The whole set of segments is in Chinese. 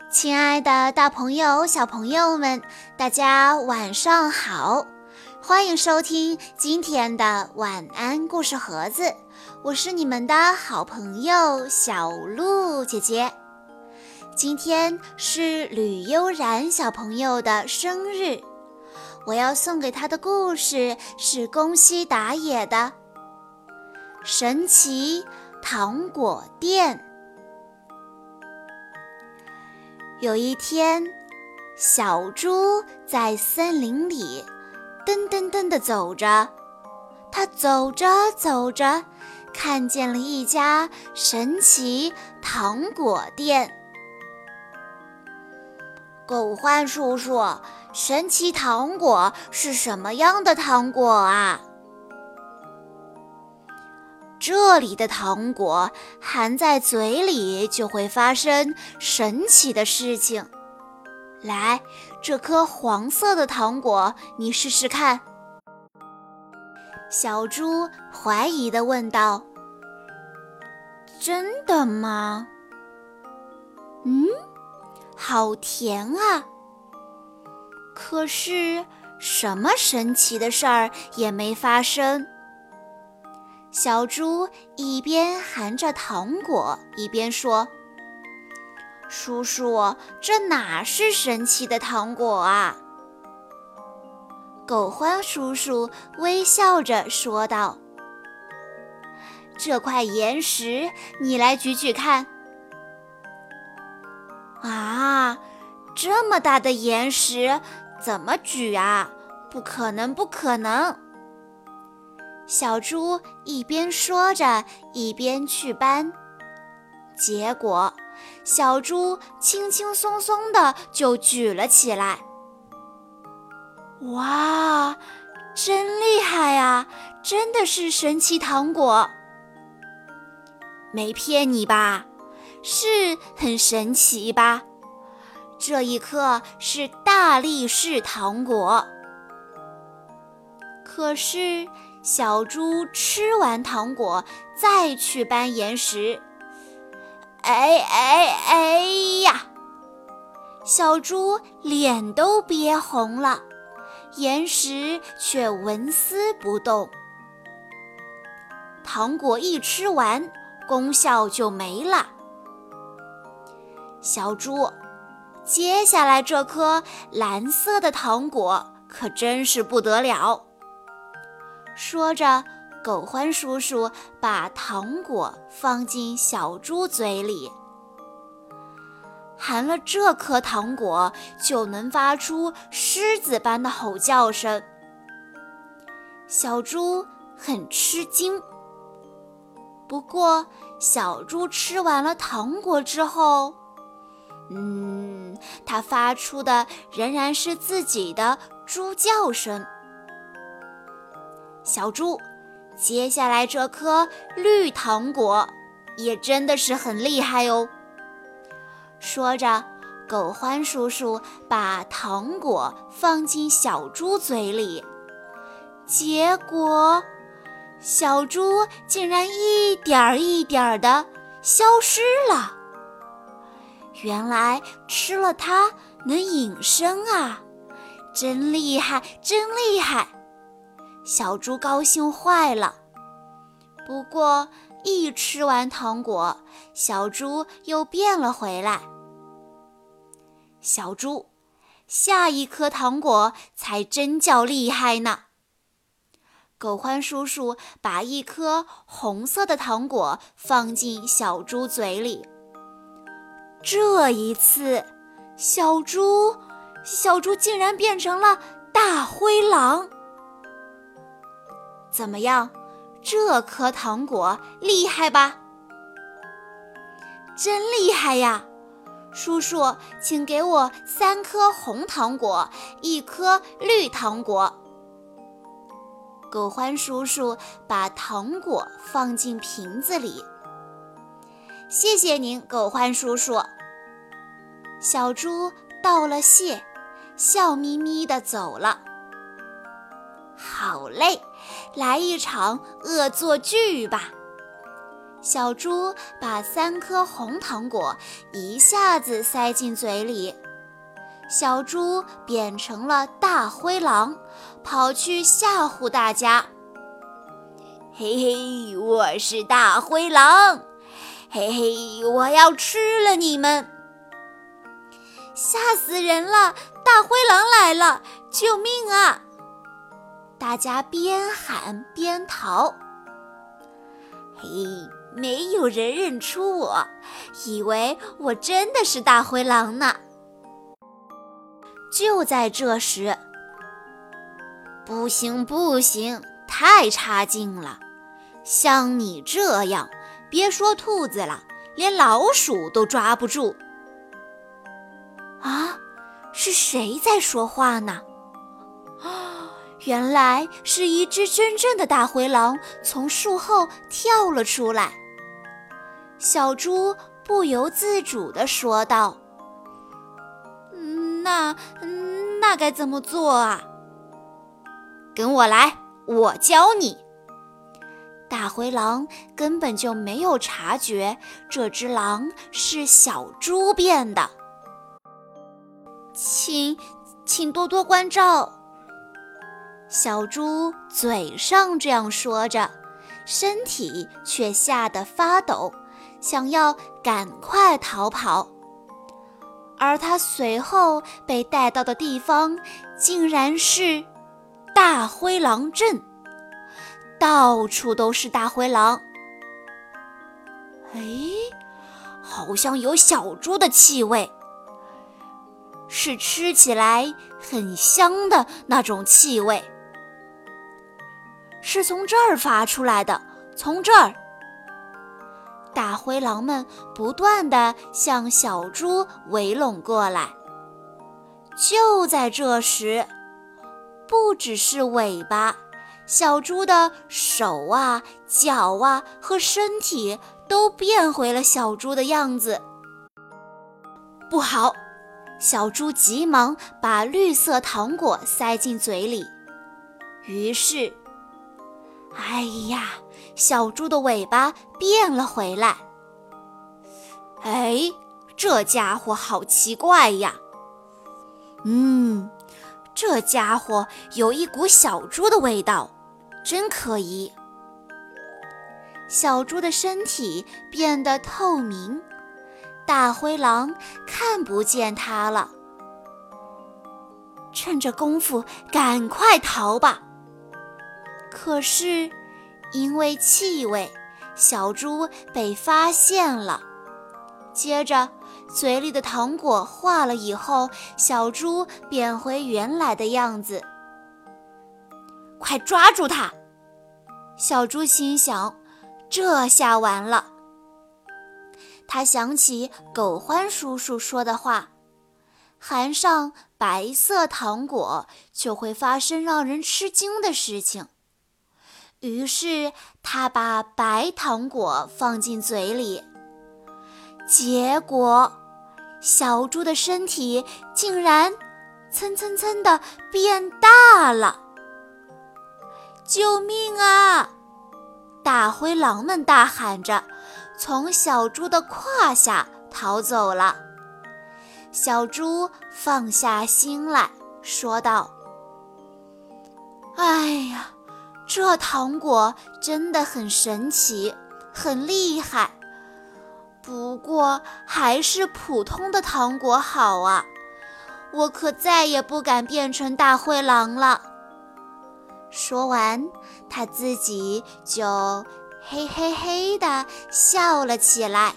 亲爱的大朋友、小朋友们，大家晚上好！欢迎收听今天的晚安故事盒子，我是你们的好朋友小鹿姐姐。今天是吕悠然小朋友的生日，我要送给他的故事是宫西达也的《神奇糖果店》。有一天，小猪在森林里噔噔噔地走着，它走着走着，看见了一家神奇糖果店。狗獾叔叔，神奇糖果是什么样的糖果啊？这里的糖果含在嘴里就会发生神奇的事情。来，这颗黄色的糖果你试试看。小猪怀疑地问道：真的吗？好甜啊！可是什么神奇的事儿也没发生。小猪一边含着糖果一边说：叔叔，这哪是神奇的糖果啊？狗獾叔叔微笑着说道：这块岩石你来举举看。啊，这么大的岩石怎么举啊？不可能，不可能！小猪一边说着一边去搬，结果小猪轻轻松松地就举了起来。哇，真厉害啊！真的是神奇糖果。没骗你吧？是很神奇吧？这一颗是大力士糖果。可是小猪吃完糖果再去搬岩石，哎呀！小猪脸都憋红了，岩石却纹丝不动。糖果一吃完，功效就没了。小猪，接下来这颗蓝色的糖果可真是不得了。说着，狗獾叔叔把糖果放进小猪嘴里。含了这颗糖果，就能发出狮子般的吼叫声。小猪很吃惊。不过，小猪吃完了糖果之后，它发出的仍然是自己的猪叫声。小猪，接下来这颗绿糖果也真的是很厉害哦。说着，狗獾叔叔把糖果放进小猪嘴里，结果小猪竟然一点儿一点儿地消失了。原来吃了它能隐身啊，真厉害，真厉害！小猪高兴坏了。不过一吃完糖果，小猪又变了回来。小猪，下一颗糖果才真叫厉害呢。狗獾叔叔把一颗红色的糖果放进小猪嘴里。这一次，小猪竟然变成了大灰狼。怎么样，这颗糖果厉害吧？真厉害呀！叔叔，请给我3颗红糖果，1颗绿糖果。狗獾叔叔把糖果放进瓶子里。谢谢您，狗獾叔叔。小猪道了谢，笑眯眯地走了。好嘞，来一场恶作剧吧！ 小猪把3颗红糖果一下子塞进嘴里，小猪变成了大灰狼，跑去吓唬大家。嘿嘿，我是大灰狼，嘿嘿，我要吃了你们！吓死人了，大灰狼来了，救命啊！大家边喊边逃。嘿，没有人认出我，以为我真的是大灰狼呢。就在这时，不行不行，太差劲了！像你这样，别说兔子了，连老鼠都抓不住。啊，是谁在说话呢？原来是一只真正的大灰狼从树后跳了出来。小猪不由自主地说道：那该怎么做啊？跟我来，我教你。大灰狼根本就没有察觉这只狼是小猪变的。请多多关照。小猪嘴上这样说着，身体却吓得发抖，想要赶快逃跑。而他随后被带到的地方竟然是大灰狼镇，到处都是大灰狼。好像有小猪的气味，是吃起来很香的那种气味，是从这儿发出来的，从这儿。大灰狼们不断地向小猪围拢过来。就在这时，不只是尾巴，小猪的手啊、脚啊和身体都变回了小猪的样子。不好！小猪急忙把绿色糖果塞进嘴里，于是，哎呀，小猪的尾巴变了回来。这家伙好奇怪呀！这家伙有一股小猪的味道，真可疑。小猪的身体变得透明，大灰狼看不见它了。趁着功夫赶快逃吧！可是因为气味，小猪被发现了。接着嘴里的糖果化了以后，小猪变回原来的样子。快抓住它！小猪心想，这下完了。他想起狗獾叔叔说的话，含上白色糖果就会发生让人吃惊的事情。于是他把白糖果放进嘴里，结果小猪的身体竟然蹭蹭蹭地变大了。救命啊！大灰狼们大喊着，从小猪的胯下逃走了。小猪放下心来，说道：哎呀，这糖果真的很神奇，很厉害，不过还是普通的糖果好啊，我可再也不敢变成大灰狼了。说完，他自己就嘿嘿嘿地笑了起来。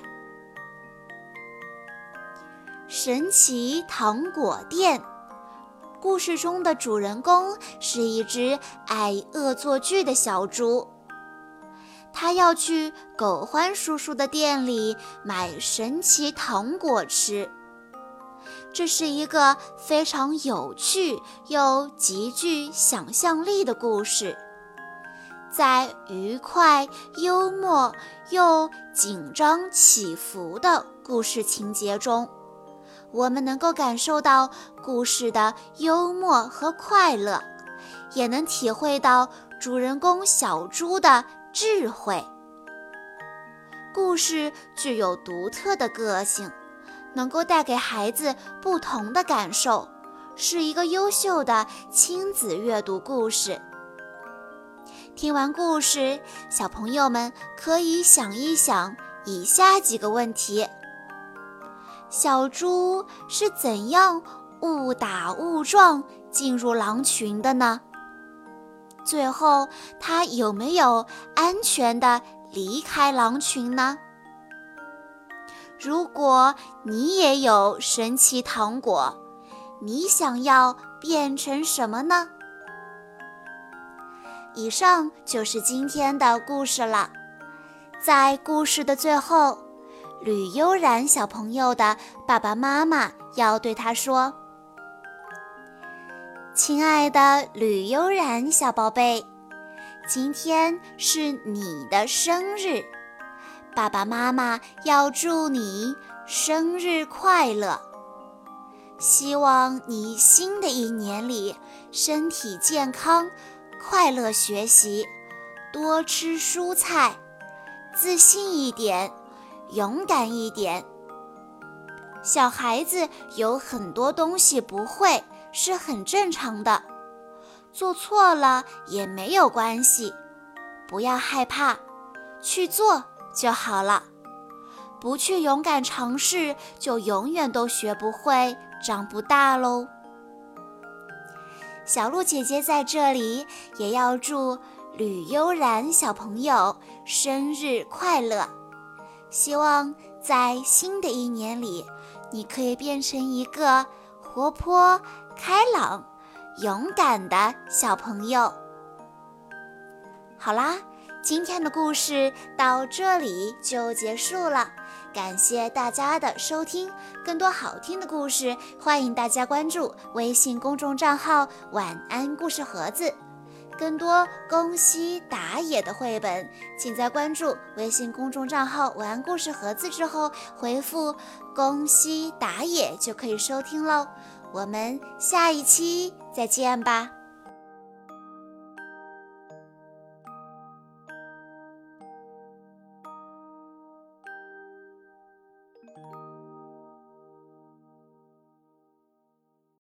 神奇糖果店，故事中的主人公是一只爱恶作剧的小猪，他要去狗獾叔叔的店里买神奇糖果吃。这是一个非常有趣又极具想象力的故事，在愉快、幽默又紧张起伏的故事情节中，我们能够感受到故事的幽默和快乐，也能体会到主人公小猪的智慧。 故事具有独特的个性，能够带给孩子不同的感受，是一个优秀的亲子阅读故事。听完故事，小朋友们可以想一想以下几个问题：小猪是怎样误打误撞进入狼群的呢？最后，它有没有安全地离开狼群呢？如果你也有神奇糖果，你想要变成什么呢？以上就是今天的故事了。在故事的最后，吕悠然小朋友的爸爸妈妈要对他说：亲爱的吕悠然小宝贝，今天是你的生日，爸爸妈妈要祝你生日快乐，希望你新的一年里身体健康，快乐学习，多吃蔬菜，自信一点，勇敢一点。小孩子有很多东西不会，是很正常的，做错了也没有关系，不要害怕，去做就好了。不去勇敢尝试，就永远都学不会，长不大喽。小鹿姐姐在这里也要祝吕悠然小朋友生日快乐，希望在新的一年里，你可以变成一个活泼、开朗、勇敢的小朋友。好啦，今天的故事到这里就结束了，感谢大家的收听。更多好听的故事，欢迎大家关注微信公众账号晚安故事盒子。更多宫西达也的绘本，请在关注微信公众账号晚安故事盒子之后，回复宫西达也就可以收听喽。我们下一期再见吧。